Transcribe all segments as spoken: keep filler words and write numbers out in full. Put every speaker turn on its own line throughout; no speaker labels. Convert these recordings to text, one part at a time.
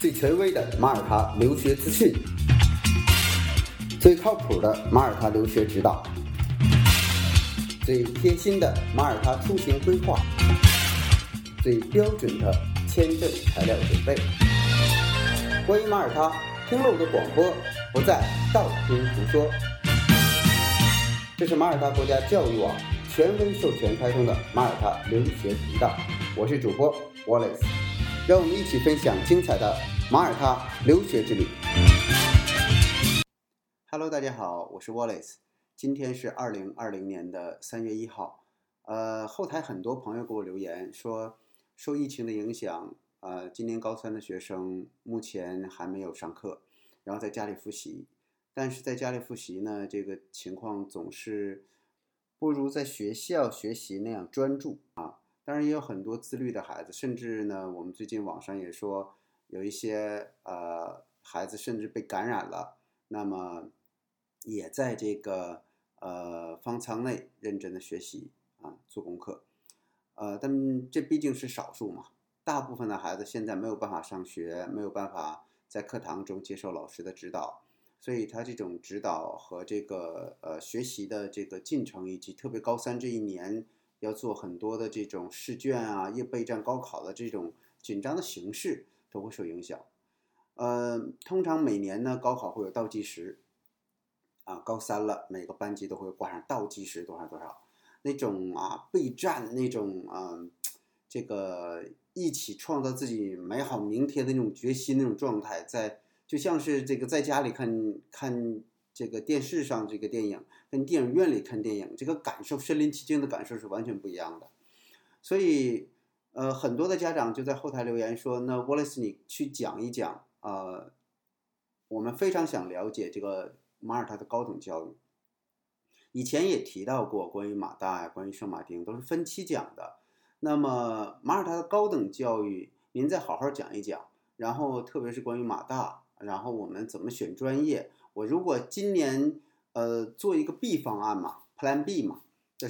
最权威的马耳他留学资讯，最靠谱的马耳他留学指导，最贴心的马耳他出行规划，最标准的签证材料准备。关于马耳他，听了我的广播，不再道听途说。这是马耳他国家教育网权威授权开通的马耳他留学频道，我是主播 Wallace， 让我们一起分享精彩的马耳他留学之旅。Hello， 大家好，我是 Wallace， 今天是二零二零年的三月一号。呃，后台很多朋友给我留言说，受疫情的影响，呃，今年高三的学生目前还没有上课，然后在家里复习。但是在家里复习呢，这个情况总是不如在学校学习那样专注啊。当然也有很多自律的孩子，甚至呢，我们最近网上也说有一些呃孩子甚至被感染了，那么也在这个呃方舱内认真的学习啊，做功课。呃，但这毕竟是少数嘛，大部分的孩子现在没有办法上学，没有办法在课堂中接受老师的指导。所以他这种指导和这个呃学习的这个进程，以及特别高三这一年要做很多的这种试卷啊、要备战高考的这种紧张的形势都会受影响。呃，通常每年呢高考会有倒计时，啊，高三了，每个班级都会挂上倒计时多少多少，那种啊备战那种啊、呃、这个一起创造自己美好明天的那种决心那种状态，在。就像是这个在家里看看这个电视上这个电影，跟电影院里看电影，这个感受身临其境的感受是完全不一样的。所以，呃，很多的家长就在后台留言说：“那 Wallace 你去讲一讲，呃，我们非常想了解这个马耳他的高等教育。以前也提到过关于马大呀，关于圣马丁都是分期讲的。那么马耳他的高等教育，您再好好讲一讲，然后特别是关于马大。”然后我们怎么选专业？我如果今年呃做一个 B 方案嘛 ，Plan B 嘛，就是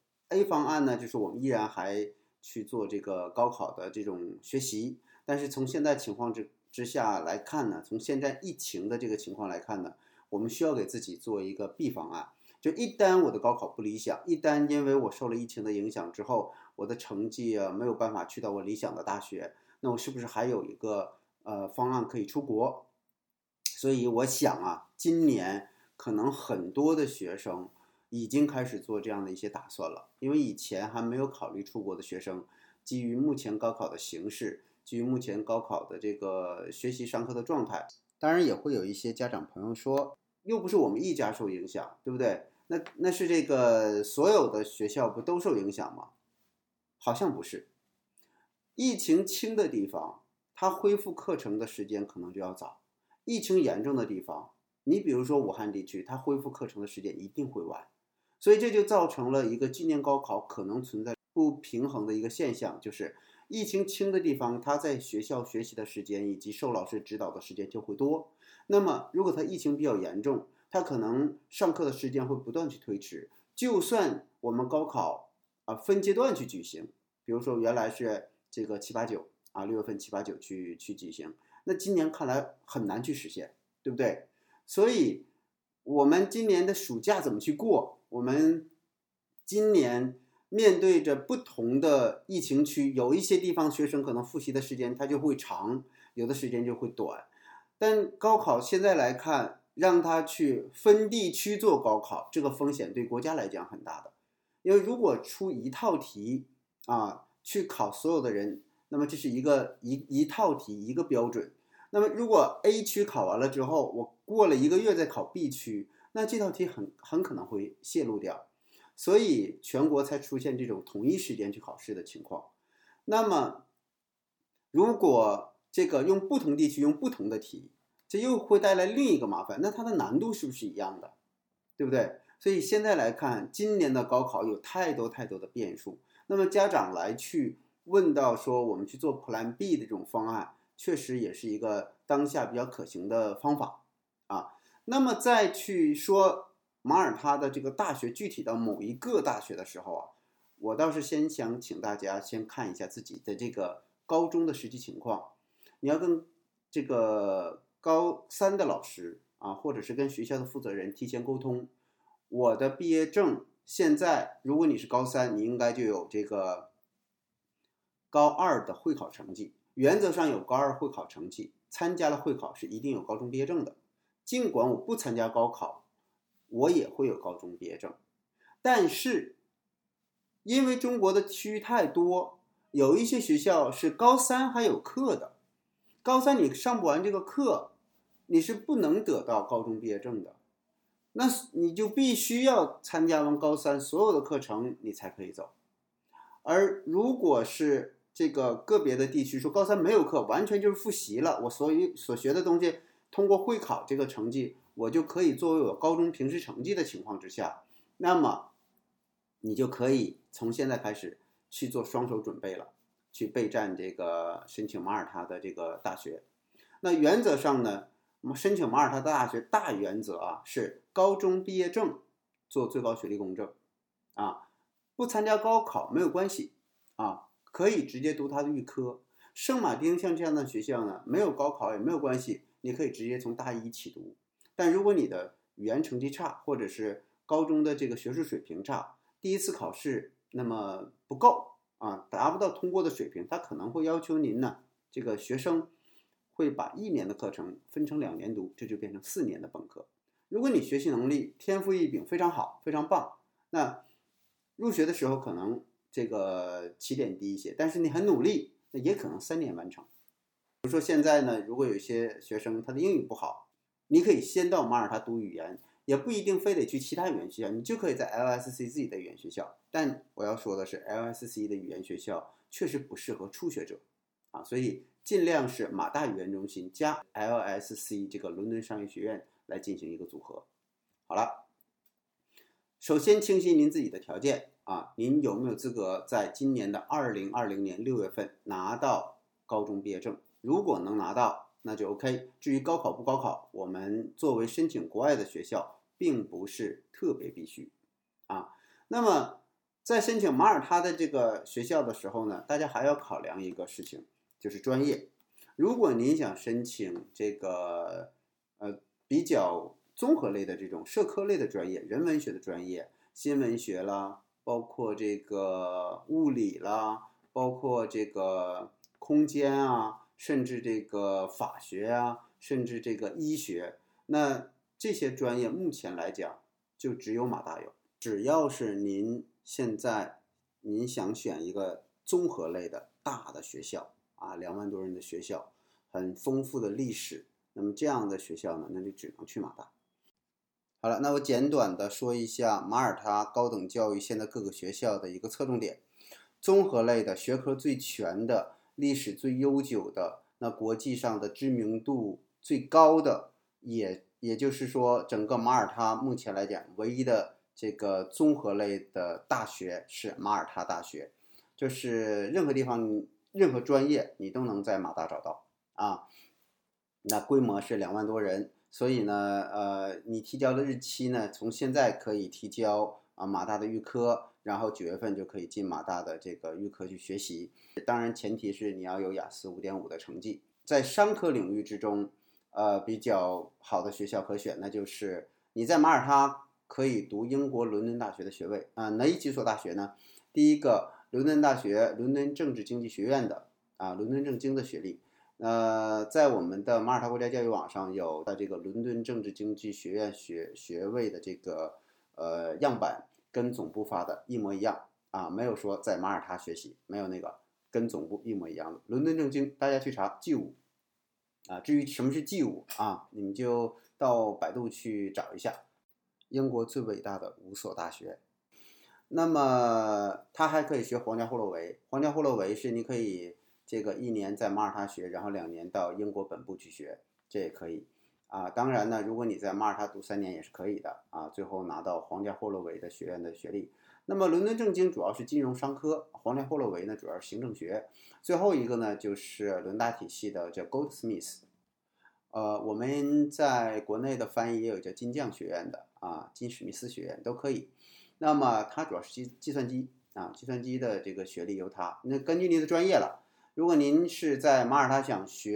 A 方案呢，就是我们依然还去做这个高考的这种学习。但是从现在情况之之下来看呢，从现在疫情的这个情况来看呢，我们需要给自己做一个 B 方案。就一旦我的高考不理想，一旦因为我受了疫情的影响之后，我的成绩啊没有办法去到我理想的大学，那我是不是还有一个呃方案可以出国？所以我想啊，今年可能很多的学生已经开始做这样的一些打算了，因为以前还没有考虑出国的学生，基于目前高考的形势，基于目前高考的这个学习上课的状态，当然也会有一些家长朋友说，又不是我们一家受影响，对不对？那那是这个所有的学校不都受影响吗？好像不是，疫情轻的地方，它恢复课程的时间可能就要早。疫情严重的地方，你比如说武汉地区，它恢复课程的时间一定会晚，所以这就造成了一个今年高考可能存在不平衡的一个现象，就是疫情轻的地方，它在学校学习的时间以及受老师指导的时间就会多。那么如果它疫情比较严重，它可能上课的时间会不断去推迟。就算我们高考啊分阶段去举行，比如说原来是这个七八九啊六月份七八九去去举行。那今年看来很难去实现，对不对？所以我们今年的暑假怎么去过？我们今年面对着不同的疫情区，有一些地方学生可能复习的时间它就会长，有的时间就会短。但高考现在来看，让他去分地区做高考，这个风险对国家来讲很大的。因为如果出一套题啊，去考所有的人，那么这是一个一一套题一个标准。那么如果 A 区考完了之后，我过了一个月再考 B 区，那这道题很很可能会泄露掉，所以全国才出现这种同一时间去考试的情况。那么如果这个用不同地区用不同的题，这又会带来另一个麻烦，那它的难度是不是一样的？对不对？所以现在来看，今年的高考有太多太多的变数。那么家长来去问到说我们去做 Plan B 的这种方案，确实也是一个当下比较可行的方法啊。那么再去说马耳他的这个大学具体到某一个大学的时候啊，我倒是先想请大家先看一下自己的这个高中的实际情况。你要跟这个高三的老师啊，或者是跟学校的负责人提前沟通，我的毕业证现在，如果你是高三，你应该就有这个高二的会考成绩，原则上有高二会考成绩，参加了会考是一定有高中毕业证的。尽管我不参加高考，我也会有高中毕业证。但是因为中国的区太多，有一些学校是高三还有课的，高三你上不完这个课，你是不能得到高中毕业证的。那你就必须要参加完高三所有的课程，你才可以走。而如果是这个个别的地区说高三没有课，完全就是复习了，我所以所学的东西通过会考这个成绩，我就可以作为我高中平时成绩的情况之下，那么你就可以从现在开始去做双手准备了，去备战这个申请马耳他的这个大学。那原则上呢，申请马耳他的大学大原则啊是高中毕业证做最高学历公证啊，不参加高考没有关系啊，可以直接读他的预科。圣马丁像这样的学校呢，没有高考也没有关系，你可以直接从大一起读。但如果你的语言成绩差，或者是高中的这个学术水平差，第一次考试那么不够啊，达不到通过的水平，他可能会要求您呢，这个学生会把一年的课程分成两年读，这就变成四年的本科。如果你学习能力天赋异禀非常好，非常棒，那入学的时候可能这个起点低一些，但是你很努力，那也可能三年完成。比如说现在呢，如果有一些学生他的英语不好，你可以先到马耳他读语言，也不一定非得去其他语言学校，你就可以在 L S C 自己的语言学校。但我要说的是 L S C 的语言学校确实不适合初学者啊，所以尽量是马大语言中心加 L S C 这个伦敦商业学院来进行一个组合。好了，首先清晰您自己的条件啊，您有没有资格在今年的二零二零年六月份拿到高中毕业证？如果能拿到，那就 OK。至于高考不高考，我们作为申请国外的学校，并不是特别必须啊。那么在申请马耳他的这个学校的时候呢，大家还要考量一个事情，就是专业。如果您想申请这个呃比较综合类的这种社科类的专业，人文学的专业，新闻学啦，包括这个物理啦，包括这个空间啊，甚至这个法学啊，甚至这个医学，那这些专业目前来讲就只有马大有。只要是您现在您想选一个综合类的大的学校啊，两万多人的学校，很丰富的历史，那么这样的学校呢，那就只能去马大。好了，那我简短的说一下马耳他高等教育现在各个学校的一个侧重点。综合类的，学科最全的，历史最悠久的，那国际上的知名度最高的，也也就是说整个马耳他目前来讲唯一的这个综合类的大学是马耳他大学，就是任何地方任何专业你都能在马大找到啊。那规模是两万多人，所以呢，呃，你提交的日期呢，从现在可以提交啊马大的预科，然后九月份就可以进马大的这个预科去学习。当然，前提是你要有雅思五点五的成绩。在商科领域之中，呃，比较好的学校可选，那就是你在马耳他可以读英国伦敦大学的学位啊、呃，哪几所大学呢？第一个，伦敦大学伦敦政治经济学院的啊，伦敦政经的学历。呃，在我们的马耳他国家教育网上有的这个伦敦政治经济学院学学位的这个呃样板，跟总部发的一模一样啊，没有说在马耳他学习，没有那个，跟总部一模一样的。伦敦政经，大家去查 G 五啊。至于什么是 G 五啊，你们就到百度去找一下，英国最伟大的五所大学。那么他还可以学皇家霍洛维，皇家霍洛维是你可以这个一年在马耳他学，然后两年到英国本部去学，这也可以啊。当然呢，如果你在马耳他读三年也是可以的啊，最后拿到皇家霍洛维的学院的学历。那么伦敦政经主要是金融商科，皇家霍洛维呢主要是行政学。最后一个呢就是伦大体系的叫 Goldsmiths， 呃，我们在国内的翻译也有叫金匠学院的啊，金史密斯学院都可以。那么它主要是计计算机啊，计算机的这个学历由它。那根据您的专业了，如果您是在马耳他想学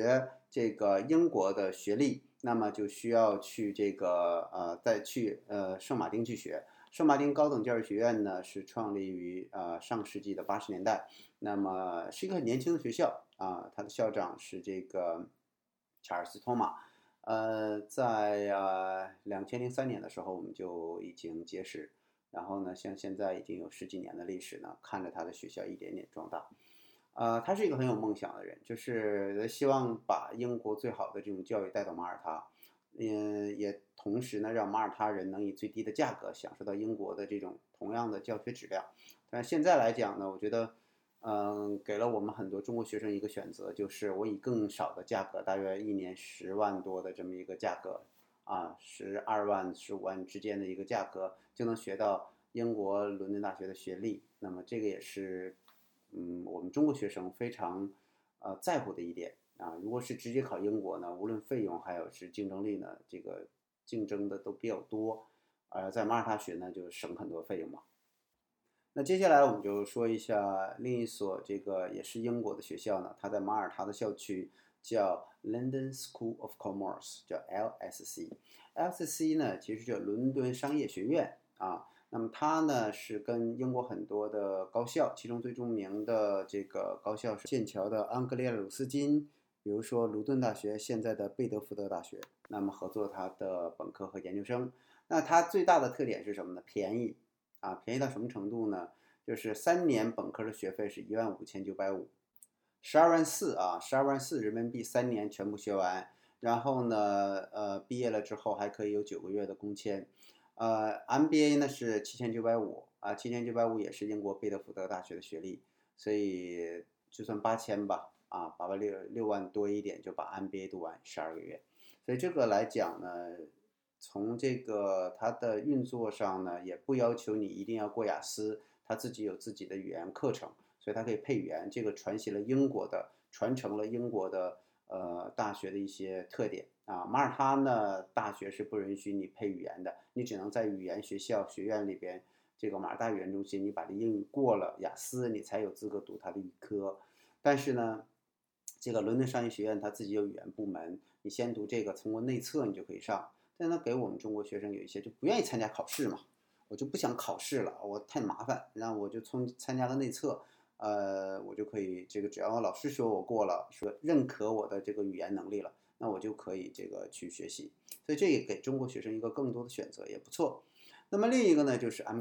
这个英国的学历，那么就需要去这个呃再去呃圣马丁去学。圣马丁高等教育学院呢是创立于呃上世纪的八十年代，那么是一个很年轻的学校啊，它的校长是这个查尔斯·托马。呃，在呃两千零三年的时候我们就已经结识，然后呢，像现在已经有十几年的历史呢，看着他的学校一点点壮大。呃，他是一个很有梦想的人，就是希望把英国最好的这种教育带到马耳他，嗯，也同时呢，让马耳他人能以最低的价格享受到英国的这种同样的教学质量。但现在来讲呢，我觉得，嗯，给了我们很多中国学生一个选择，就是我以更少的价格，大约一年十万多的这么一个价格，啊，十二万、十五万之间的一个价格，就能学到英国伦敦大学的学历。那么这个也是，嗯，我们中国学生非常呃在乎的一点啊。如果是直接考英国呢，无论费用还有是竞争力呢，这个竞争的都比较多，呃，在马耳他学呢就省很多费用嘛。那接下来我们就说一下另一所这个也是英国的学校呢，它在马耳他的校区叫 London School of Commerce，叫 L S C。L S C 呢其实叫伦敦商业学院啊。那么它呢是跟英国很多的高校，其中最著名的这个高校是剑桥的安格利亚鲁斯金，比如说卢顿大学，现在的贝德福德大学，那么合作它的本科和研究生。那它最大的特点是什么呢？便宜。啊，便宜到什么程度呢？就是三年本科的学费是一万五千九百五，十二万四啊，十二万四人民币三年全部学完，然后呢，呃，毕业了之后还可以有九个月的工签，呃，M B A 呢是七千九百五啊，七千九百五也是英国贝德福德大学的学历，所以就算八千吧，啊，八万六六万多一点就把 M B A 读完十二个月，所以这个来讲呢。从这个它的运作上呢，也不要求你一定要过雅思，它自己有自己的语言课程，所以它可以配语言，这个传习了英国的，传承了英国的呃大学的一些特点啊。马耳他呢，大学是不允许你配语言的，你只能在语言学校学院里边，这个马耳他语言中心，你把这英语过了雅思，你才有资格读它的语科。但是呢，这个伦敦商业学院它自己有语言部门，你先读这个，通过内测你就可以上。但呢，给我们中国学生有一些就不愿意参加考试嘛，我就不想考试了，我太麻烦，那我就从参加个内测，呃，我就可以这个只要老师说我过了，说认可我的这个语言能力了，那我就可以这个去学习，所以这也给中国学生一个更多的选择，也不错。那么另一个呢，就是 M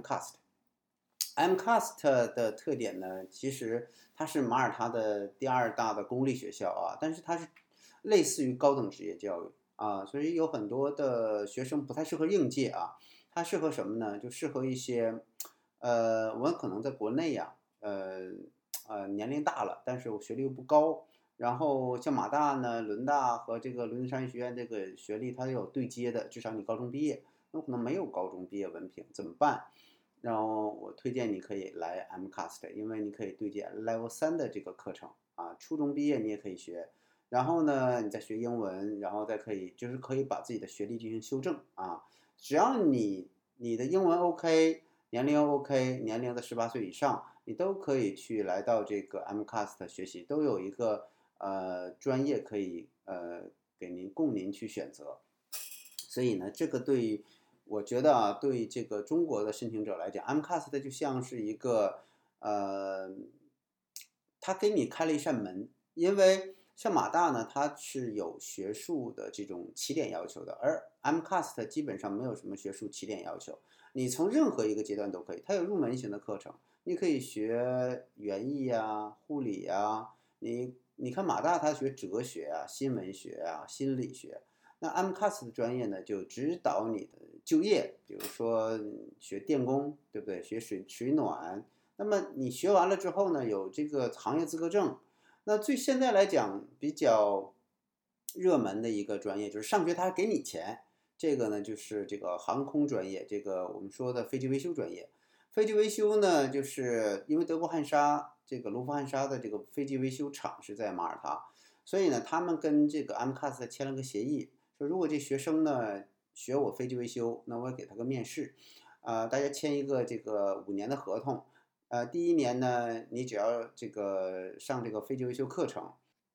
Cast。M Cast 的特点呢，其实它是马耳他的第二大的公立学校啊，但是它是类似于高等职业教育。啊，所以有很多的学生不太适合应届啊，它适合什么呢？就适合一些，呃，我们可能在国内呀、啊，呃呃年龄大了，但是我学历又不高，然后像马大呢、伦大和这个伦敦商业学院这个学历它有对接的，至少你高中毕业，那可能没有高中毕业文凭怎么办？然后我推荐你可以来 M Cast，因为你可以对接 Level 三的这个课程啊，初中毕业你也可以学。然后呢，你再学英文，然后再可以就是可以把自己的学历进行修正啊。只要你你的英文 OK，年龄 OK，年龄在十八岁以上，你都可以去来到这个 M Cast 学习，都有一个呃专业可以呃给您供您去选择。所以呢，这个对于我觉得啊，对这个中国的申请者来讲 M Cast 就像是一个呃，他给你开了一扇门，因为。像马大呢，它是有学术的这种起点要求的，而 M Cast 基本上没有什么学术起点要求，你从任何一个阶段都可以。它有入门型的课程，你可以学园艺呀、护理呀。你你看马大他学哲学啊、新闻学啊、心理学，那 M Cast 的专业呢就指导你的就业，比如说学电工，对不对？学水水暖，那么你学完了之后呢，有这个行业资格证。那最现在来讲比较热门的一个专业就是上学他还给你钱，这个呢就是这个航空专业，这个我们说的飞机维修专业。飞机维修呢，就是因为德国汉莎这个卢弗汉莎的这个飞机维修厂是在马耳他，所以呢他们跟这个 M Cast 签了个协议，说如果这学生呢学我飞机维修，那我给他个面试，呃，大家签一个这个五年的合同。呃，第一年呢，你只要这个上这个飞机维修课程，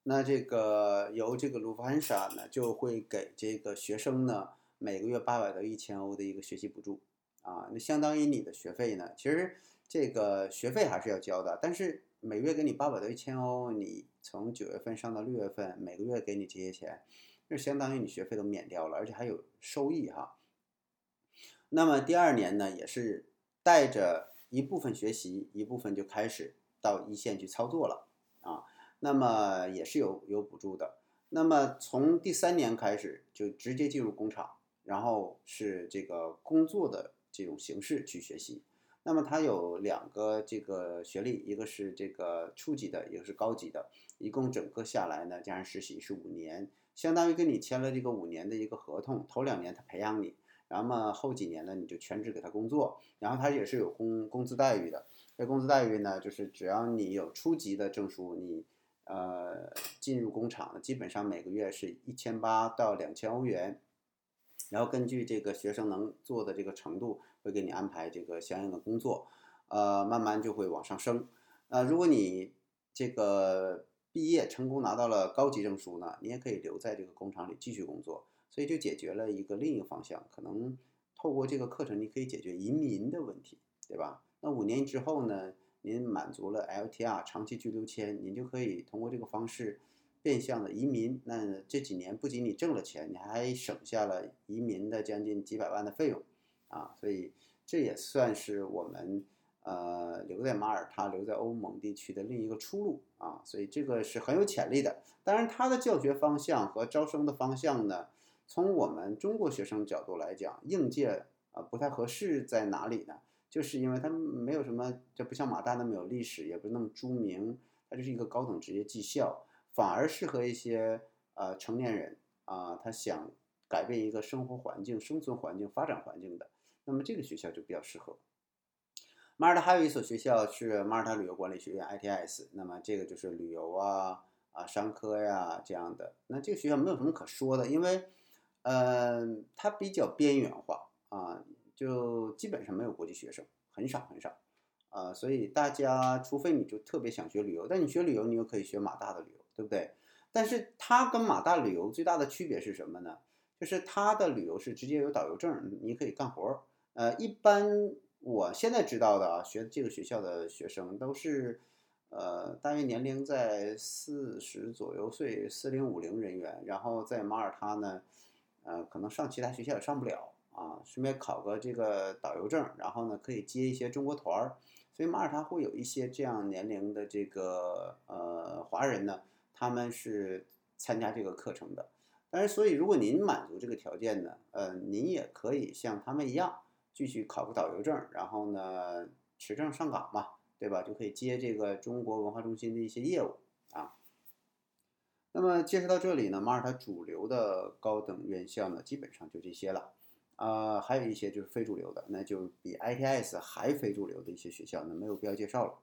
那这个由这个卢福汉莎呢就会给这个学生呢每个月八百到一千欧的一个学习补助啊，那相当于你的学费呢，其实这个学费还是要交的，但是每月给你八百到一千欧，你从九月份上到六月份，每个月给你这些钱，就相当于你学费都免掉了，而且还有收益哈。那么第二年呢，也是带着一部分学习，一部分就开始到一线去操作了啊。那么也是有有补助的。那么从第三年开始就直接进入工厂，然后是这个工作的这种形式去学习。那么它有两个这个学历，一个是这个初级的，一个是高级的，一共整个下来呢，加上实习是五年，相当于跟你签了这个五年的一个合同，头两年他培养你。然后后几年呢，你就全职给他工作，然后他也是有工工资待遇的。这工资待遇呢，就是只要你有初级的证书，你呃进入工厂，基本上每个月是一千八到两千欧元，然后根据这个学生能做的这个程度，会给你安排这个相应的工作，呃，慢慢就会往上升。呃，如果你这个毕业成功拿到了高级证书呢，你也可以留在这个工厂里继续工作。所以就解决了一个另一个方向，可能透过这个课程，你可以解决移民的问题，对吧？那五年之后呢，您满足了 L T R 长期居留签，您就可以通过这个方式变相的移民。那这几年不仅你挣了钱，你还省下了移民的将近几百万的费用啊！所以这也算是我们呃留在马耳他、留在欧盟地区的另一个出路啊！所以这个是很有潜力的。当然，它的教学方向和招生的方向呢，从我们中国学生角度来讲，应届啊不太合适在哪里呢？就是因为它没有什么，这不像马大那么有历史，也不是那么著名，它就是一个高等职业技校，反而适合一些呃成年人啊，他想改变一个生活环境、生存环境、发展环境的，那么这个学校就比较适合。马耳他还有一所学校是马耳他旅游管理学院 I T S， 那么这个就是旅游啊啊商科呀这样的。那这个学校没有什么可说的，因为呃它比较边缘化啊，就基本上没有国际学生，很少很少啊，所以大家除非你就特别想学旅游，但你学旅游你又可以学马大的旅游，对不对？但是它跟马大旅游最大的区别是什么呢？就是它的旅游是直接有导游证，你可以干活儿。呃，一般我现在知道的啊，学这个学校的学生都是，呃，大约年龄在四十左右岁，四零五零人员，然后在马耳他呢，呃，可能上其他学校也上不了啊，顺便考个这个导游证，然后呢可以接一些中国团儿，所以马耳他会有一些这样年龄的这个呃华人呢，他们是参加这个课程的。但是，所以如果您满足这个条件呢，呃，您也可以像他们一样。继续考个导游证，然后呢持证上岗嘛，对吧？就可以接这个中国文化中心的一些业务啊。那么介绍到这里呢，马耳他主流的高等院校呢，基本上就这些了。啊、呃，还有一些就是非主流的，那就比 I T S 还非主流的一些学校呢，没有必要介绍了。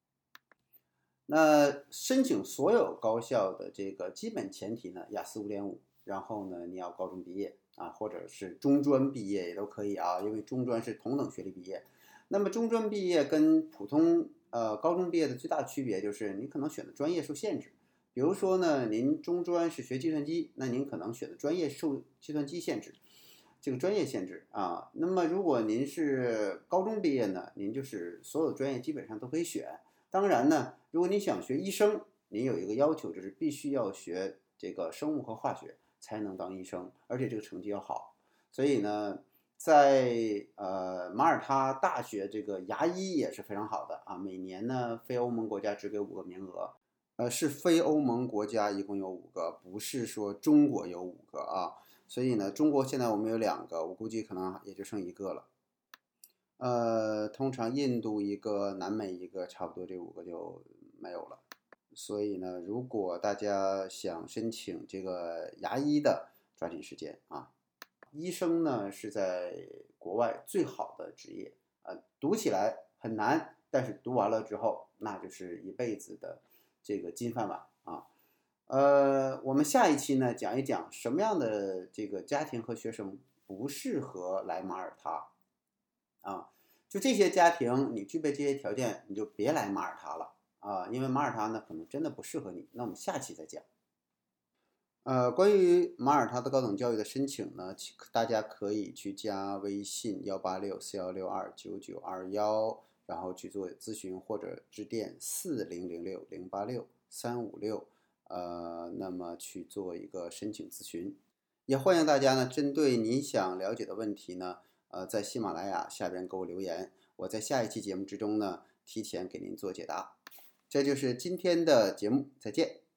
那申请所有高校的这个基本前提呢，雅思五点五，然后呢你要高中毕业啊，或者是中专毕业也都可以啊，因为中专是同等学历毕业。那么中专毕业跟普通呃高中毕业的最大的区别就是你可能选的专业受限制。比如说呢，您中专是学计算机，那您可能选的专业受计算机限制，这个专业限制啊。那么如果您是高中毕业呢，您就是所有专业基本上都可以选。当然呢，如果你想学医生，您有一个要求，就是必须要学这个生物和化学才能当医生，而且这个成绩要好。所以呢，在呃马耳他大学这个牙医也是非常好的啊，每年呢非欧盟国家只给五个名额，呃是非欧盟国家一共有五个，不是说中国有五个啊。所以呢，中国现在我们有两个，我估计可能也就剩一个了。呃，通常印度一个，南美一个，差不多这五个就没有了。所以呢，如果大家想申请这个牙医的，抓紧时间啊！医生呢是在国外最好的职业，呃，读起来很难，但是读完了之后，那就是一辈子的这个金饭碗啊。呃，我们下一期呢讲一讲什么样的这个家庭和学生不适合来马耳他。啊，就这些家庭，你具备这些条件，你就别来马耳他了啊，因为马耳他呢可能真的不适合你，那我们下期再讲。呃，关于马耳他的高等教育的申请呢，大家可以去加微信幺八六四幺六二九九二幺，然后去做咨询或者致电四零零六零八六三五六，呃，那么去做一个申请咨询。也欢迎大家呢，针对你想了解的问题呢，呃，在喜马拉雅下边给我留言，我在下一期节目之中呢，提前给您做解答。这就是今天的节目，再见。